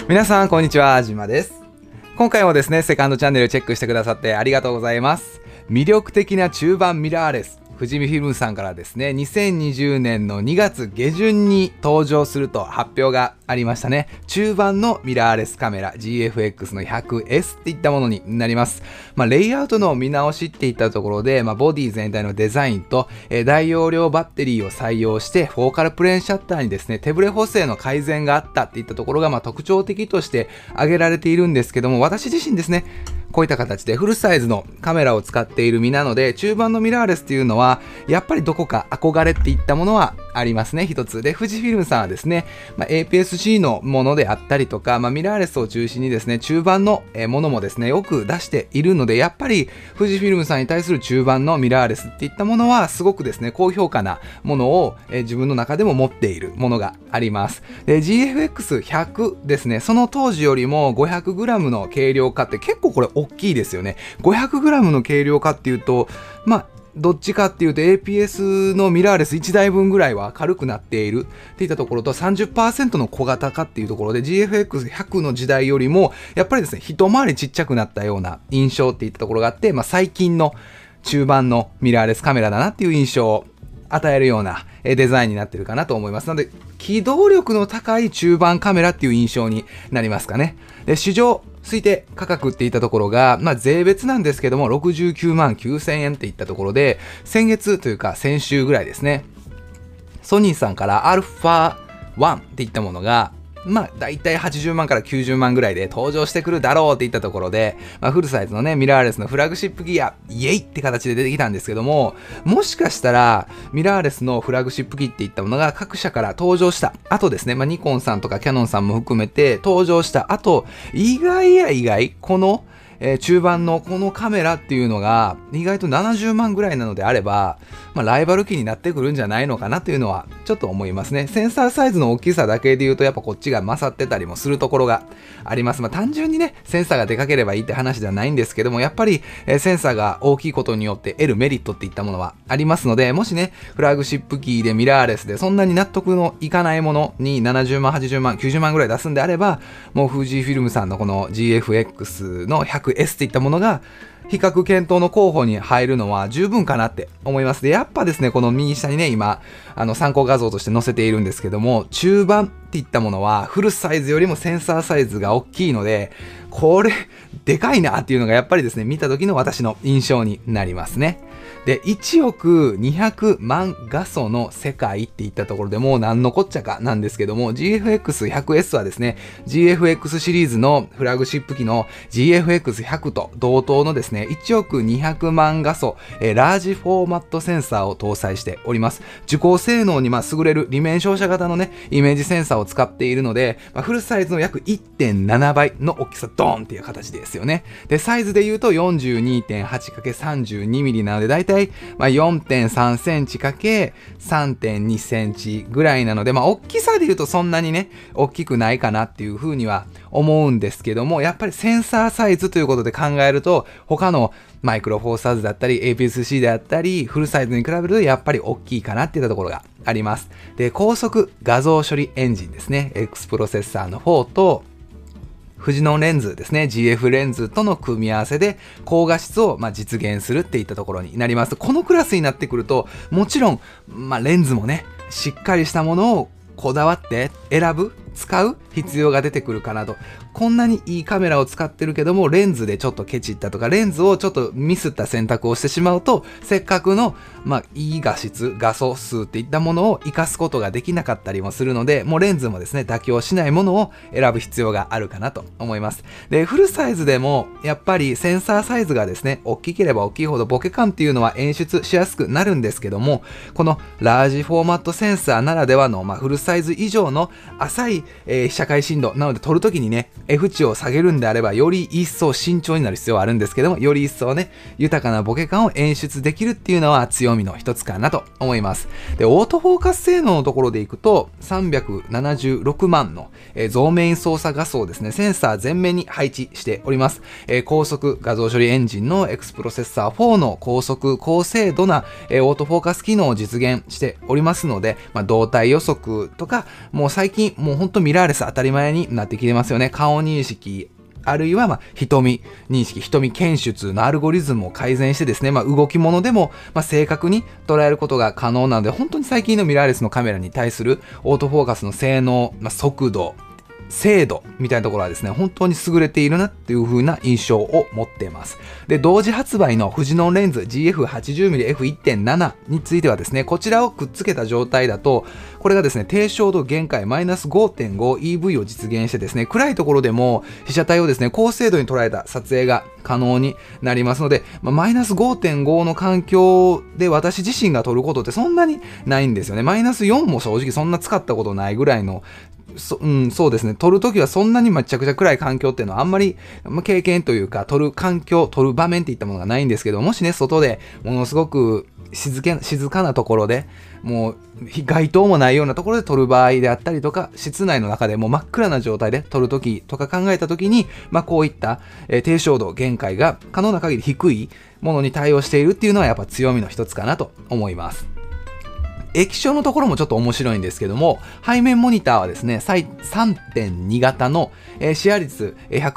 皆さんこんにちは、じまです。今回もですね、セカンドチャンネルチェックしてくださってありがとうございます。魅力的な中盤ミラーレス、富士見フィルムさんからですね、2020年の2月下旬に登場すると発表がありましたね。中盤のミラーレスカメラ GFX の 100S っていったものになります。レイアウトの見直しっていったところで、ボディ全体のデザインと、大容量バッテリーを採用して、フォーカルプレーンシャッターにですね、手ブレ補正の改善があったっていったところが、特徴的として挙げられているんですけども、私自身ですね、こういった形でフルサイズのカメラを使っている身なので、中盤のミラーレスっていうのは、やっぱりどこか憧れっていったものはありますね、一つ。で、富士フィルムさんはですね、APS-C のものであったりとか、ミラーレスを中心にですね、中盤のものもですね、よく出しているので、やっぱり富士フィルムさんに対する中盤のミラーレスっていったものは、すごくですね、高評価なものを自分の中でも持っているものがあります。で、GFX100 ですね、その当時よりも 500g の軽量化って結構これ大きいですよね。500g の軽量化っていうと、どっちかっていうと APS のミラーレス1台分ぐらいは軽くなっているっていったところと 30% の小型化っていうところで GFX100 の時代よりもやっぱりですね、一回りちっちゃくなったような印象っていったところがあって、最近の中盤のミラーレスカメラだなっていう印象を与えるようなデザインになってるかなと思います。なので、機動力の高い中盤カメラっていう印象になりますかね。で、市場推定価格っていったところが、税別なんですけども、69万9000円っていったところで、先月というか先週ぐらいですね、ソニーさんからアルファ1っていったものが、だいたい80万から90万ぐらいで登場してくるだろうっていったところで、フルサイズのね、ミラーレスのフラグシップギア、イエイって形で出てきたんですけども、もしかしたら、ミラーレスのフラグシップ機っていったものが各社から登場した後ですね、ニコンさんとかキヤノンさんも含めて登場した後、意外、この、中盤のこのカメラっていうのが意外と70万ぐらいなのであれば、ライバル機になってくるんじゃないのかなというのはちょっと思いますね。センサーサイズの大きさだけで言うとやっぱこっちが勝ってたりもするところがあります。単純にね、センサーがでかければいいって話ではないんですけども、やっぱりセンサーが大きいことによって得るメリットっていったものはありますので、もしね、フラグシップ機でミラーレスでそんなに納得のいかないものに70万、80万、90万ぐらい出すんであれば、もう富士フィルムさんのこの GFX の 100S っていったものが比較検討の候補に入るのは十分かなって思います。で、やっぱですね、この右下にね、今、参考画像として載せているんですけども、中盤っていったものは、フルサイズよりもセンサーサイズが大きいので、これ、でかいなっていうのがやっぱりですね、見た時の私の印象になりますね。で、1億200万画素の世界っていったところでもう何のこっちゃかなんですけども、GFX100S はですね、GFX シリーズのフラグシップ機の GFX100 と同等のですね、1億200万画素、ラージフォーマットセンサーを搭載しております。受光性能に優れる裏面照射型のね、イメージセンサーを使っているので、フルサイズの約 1.7 倍の大きさドーンっていう形ですよね。で、サイズで言うと 42.8×32mm なので、だいたい4.3 センチ ×3.2 センチぐらいなので、大きさで言うとそんなにね、大きくないかなっていう風には思うんですけども、やっぱりセンサーサイズということで考えると、他のマイクロフォーサーズだったり、APS-C であったり、フルサイズに比べるとやっぱり大きいかなっていったところがあります。で、高速画像処理エンジンですね、X プロセッサーの方と、富士のレンズですね、GF レンズとの組み合わせで高画質を実現するっていったところになります。このクラスになってくると、もちろん、レンズもね、しっかりしたものをこだわって選ぶ、使う必要が出てくるかなと。こんなにいいカメラを使ってるけども、レンズでちょっとケチったとか、レンズをちょっとミスった選択をしてしまうと、せっかくの、いい画質、画素数っていったものを活かすことができなかったりもするので、もうレンズもですね、妥協しないものを選ぶ必要があるかなと思います。で、フルサイズでも、やっぱりセンサーサイズがですね、大きければ大きいほどボケ感っていうのは演出しやすくなるんですけども、このラージフォーマットセンサーならではの、フルサイズ以上の浅い、被写界深度なので撮るときにね、F 値を下げるんであれば、より一層慎重になる必要はあるんですけども、より一層ね、豊かなボケ感を演出できるっていうのは強みの一つかなと思います。で、オートフォーカス性能のところでいくと、376万の、増面操作画素をですね、センサー全面に配置しております。高速画像処理エンジンの X プロセッサー4の高速高精度な、オートフォーカス機能を実現しておりますので、動体予測とか、もう最近、もう本当とミラーレス当たり前になってきてますよね。顔認識、あるいは瞳認識、瞳検出のアルゴリズムを改善してですね、動き物でも正確に捉えることが可能なので、本当に最近のミラーレスのカメラに対するオートフォーカスの性能、速度、精度みたいなところはですね、本当に優れているなっていう風な印象を持っています。で、同時発売のフジノンレンズ GF80mmF1.7 についてはですね、こちらをくっつけた状態だと、これがですね、低照度限界 -5.5EV を実現してですね、暗いところでも被写体をですね、高精度に捉えた撮影が可能になりますので、-5.5 の環境で私自身が撮ることってそんなにないんですよね。-4も正直そんな使ったことないぐらいのそうですね。撮るときはそんなにめちゃくちゃ暗い環境っていうのはあんまり経験というか、撮る環境、撮る場面っていったものがないんですけど、もしね、外でものすごく静かなところで、もう街灯もないようなところで撮る場合であったりとか、室内の中でもう真っ暗な状態で撮るときとか考えたときに、こういった、低照度限界が可能な限り低いものに対応しているっていうのはやっぱ強みの一つかなと思います。液晶のところもちょっと面白いんですけども、背面モニターはですね、3.2 型の視野率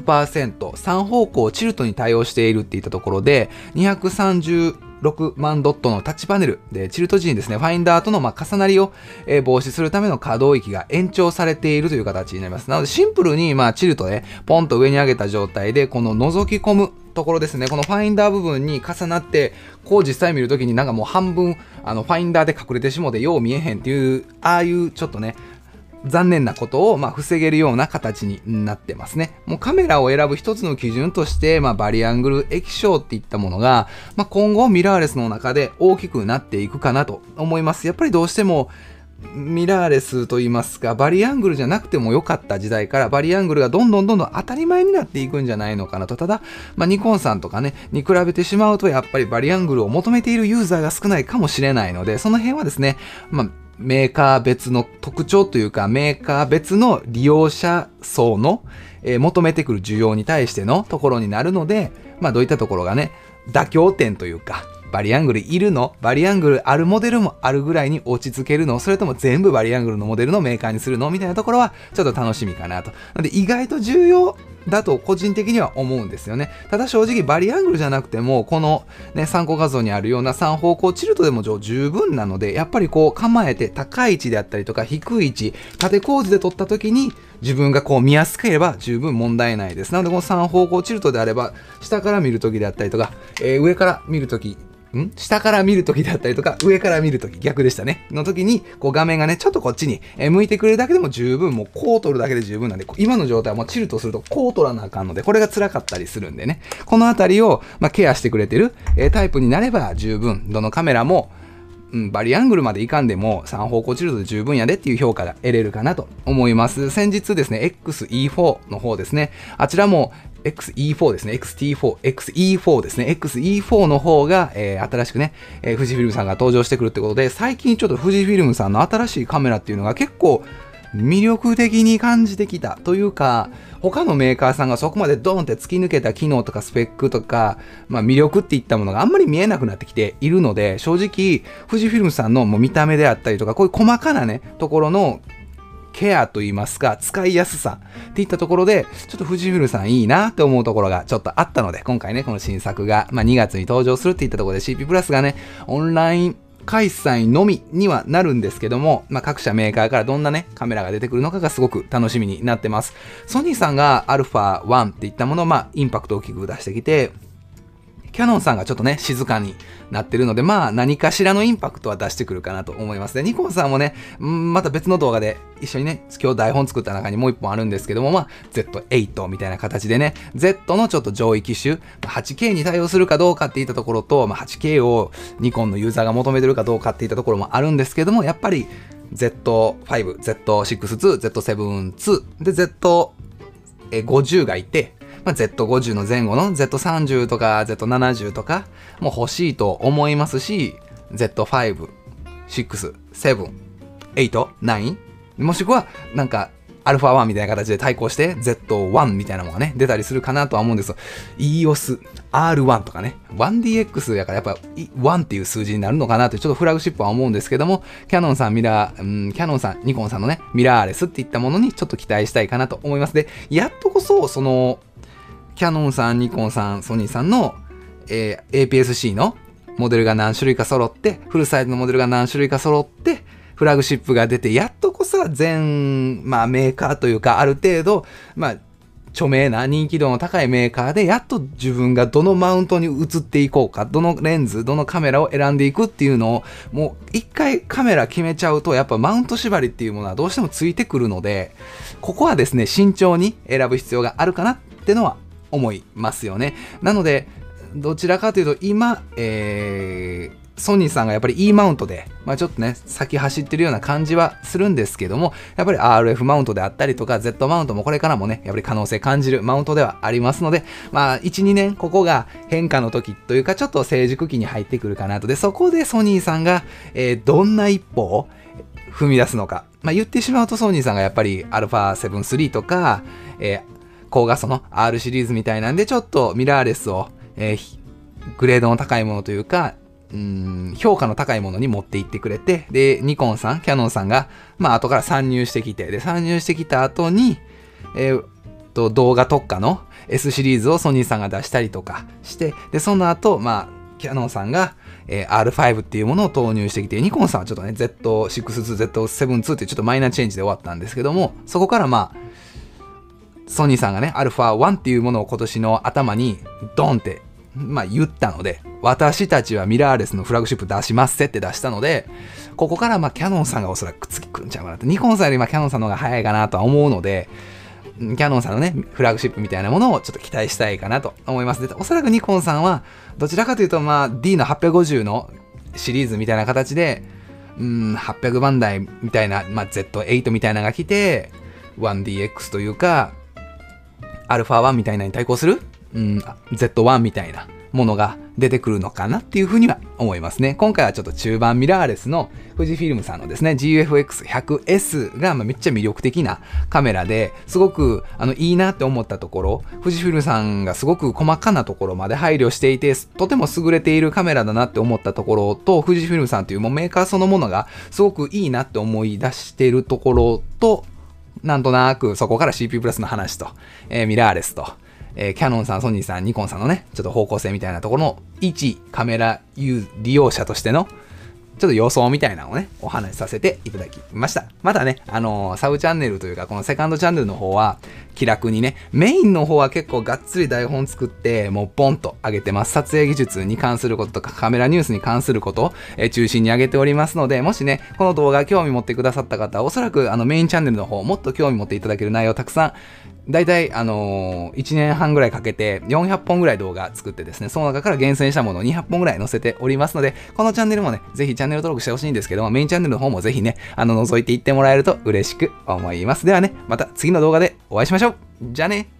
100%、3方向チルトに対応しているっていったところで、236万ドットのタッチパネルで、チルト時にですね、ファインダーとの重なりを防止するための可動域が延長されているという形になります。なのでシンプルにチルトでポンと上に上げた状態で、この覗き込むところですね、このファインダー部分に重なって、こう実際見るときになんかもう半分ファインダーで隠れてしもうてよう見えへんっていう、ああいうちょっとね、残念なことを防げるような形になってますね。もうカメラを選ぶ一つの基準として、バリアングル液晶っていったものが、今後ミラーレスの中で大きくなっていくかなと思います。やっぱりどうしてもミラーレスといいますか、バリアングルじゃなくても良かった時代からバリアングルがどんどん当たり前になっていくんじゃないのかなと。ただ、ニコンさんとかね、に比べてしまうとやっぱりバリアングルを求めているユーザーが少ないかもしれないので、その辺はですね、メーカー別の特徴というか、メーカー別の利用者層の、求めてくる需要に対してのところになるので、どういったところがね、妥協点というか、バリアングルいるの？バリアングルあるモデルもあるぐらいに落ち着けるの？それとも全部バリアングルのモデルのメーカーにするの？みたいなところはちょっと楽しみかなと。なので意外と重要だと個人的には思うんですよね。ただ正直バリアングルじゃなくても、このね、参考画像にあるような3方向チルトでも十分なので、やっぱりこう構えて高い位置であったりとか低い位置、縦構図で撮った時に自分がこう見やすければ十分問題ないです。なのでこの3方向チルトであれば、下から見る時であったりとか、上から見る時、下から見るときであったりとか、上から見るとき、逆でしたね。の時に、こう画面がね、ちょっとこっちに向いてくれるだけでも十分、もうこう撮るだけで十分なんで、今の状態はもうチルトするとこう撮らなあかんので、これが辛かったりするんでね。このあたりを、ケアしてくれてる、タイプになれば十分、どのカメラも、バリアングルまでいかんでも3方向チルトで十分やでっていう評価が得れるかなと思います。先日ですね、XE4 の方ですね。あちらもXE4 ですね。XE4 ですね。XE4 の方が、新しくね、富士フィルムさんが登場してくるってことで、最近ちょっと富士フィルムさんの新しいカメラっていうのが結構魅力的に感じてきたというか、他のメーカーさんがそこまでドーンって突き抜けた機能とかスペックとか、魅力っていったものがあんまり見えなくなってきているので、正直富士フィルムさんのもう見た目であったりとか、こういう細かなねところのケアといいますか、使いやすさっていったところで、ちょっと富士フィルムさんいいなって思うところがちょっとあったので、今回ねこの新作が、2月に登場するっていったところで CP プラスがねオンライン開催のみにはなるんですけども、各社メーカーからどんなねカメラが出てくるのかがすごく楽しみになってます。ソニーさんが α1 っていったものをインパクトを大きく出してきて、キヤノンさんがちょっとね静かになってるので、何かしらのインパクトは出してくるかなと思いますね。ニコンさんもね、また別の動画で一緒にね、今日台本作った中にもう一本あるんですけども、Z8 みたいな形でね、Z のちょっと上位機種、8K に対応するかどうかっていったところと、8K をニコンのユーザーが求めてるかどうかっていったところもあるんですけども、やっぱり Z5、Z6-2、Z7-2 で Z50 がいて、Z50 の前後の Z30 とか Z70 とかも欲しいと思いますし、Z5、6、7、8、9、もしくはなんかアルファ1みたいな形で対抗して Z1 みたいなものがね、出たりするかなとは思うんですよ。EOS R1 とかね、1DX やからやっぱ1っていう数字になるのかなとちょっとフラグシップは思うんですけども、キヤノンさん、ニコンさんのね、ミラーレスっていったものにちょっと期待したいかなと思います。で、やっとこそ、その、キヤノンさん、ニコンさん、ソニーさんの、APS-C のモデルが何種類か揃って、フルサイズのモデルが何種類か揃って、フラグシップが出て、やっとこそ全、メーカーというか、ある程度、著名な人気度の高いメーカーで、やっと自分がどのマウントに移っていこうか、どのレンズ、どのカメラを選んでいくっていうのを、もう一回カメラ決めちゃうと、やっぱマウント縛りっていうものはどうしてもついてくるので、ここはですね、慎重に選ぶ必要があるかなってのは思いますよね。なので、どちらかというと、今、ソニーさんがやっぱり E マウントで、ちょっとね、先走ってるような感じはするんですけども、やっぱり RF マウントであったりとか、Z マウントもこれからもね、やっぱり可能性感じるマウントではありますので、1、2年、ここが変化の時というか、ちょっと成熟期に入ってくるかなと。で、そこでソニーさんが、どんな一歩を踏み出すのか。言ってしまうとソニーさんがやっぱり α7 III とか、高画素の R シリーズみたいなんで、ちょっとミラーレスを、グレードの高いものというか、評価の高いものに持っていってくれて、で、ニコンさん、キヤノンさんが、後から参入してきて、で、参入してきた後に、動画特化の S シリーズをソニーさんが出したりとかして、で、その後、キヤノンさんが、R5 っていうものを投入してきて、ニコンさんはちょっとね、Z6-Z7-2 ってちょっとマイナーチェンジで終わったんですけども、そこからソニーさんがね、α1 っていうものを今年の頭にドンって言ったので、私たちはミラーレスのフラグシップ出しますって出したので、ここからキヤノンさんがおそらく次来るんちゃうかなと。ニコンさんよりキヤノンさんの方が早いかなとは思うので、キヤノンさんのね、フラグシップみたいなものをちょっと期待したいかなと思います。で、おそらくニコンさんは、どちらかというと、D の850のシリーズみたいな形で、800番台みたいな、Z8 みたいなのが来て、1DX というか、α1 みたいなのに対抗するZ1 みたいなものが出てくるのかなっていうふうには思いますね。今回はちょっと中盤ミラーレスの富士フィルムさんのですね GFX100S がめっちゃ魅力的なカメラですごくいいなって思ったところ、富士フィルムさんがすごく細かなところまで配慮していてとても優れているカメラだなって思ったところと、富士フィルムさんというもうメーカーそのものがすごくいいなって思い出しているところと、なんとなくそこから CPU プラスの話と、ミラーレスとキヤノンさん、ソニーさん、ニコンさんのね、ちょっと方向性みたいなところの一カメラ利用者としてのちょっと予想みたいなのをね、お話しさせていただきました。またね、サブチャンネルというか、このセカンドチャンネルの方は、気楽にね、メインの方は結構がっつり台本作って、もうポンと上げてます。撮影技術に関することとか、カメラニュースに関することを、中心に上げておりますので、もしね、この動画興味持ってくださった方は、おそらくメインチャンネルの方、もっと興味持っていただける内容たくさん、だいたい1年半ぐらいかけて400本ぐらい動画作ってですね、その中から厳選したものを200本ぐらい載せておりますので、このチャンネルもね、ぜひチャンネル登録してほしいんですけども、メインチャンネルの方もぜひね、覗いていってもらえると嬉しく思います。ではね、また次の動画でお会いしましょう。じゃあね。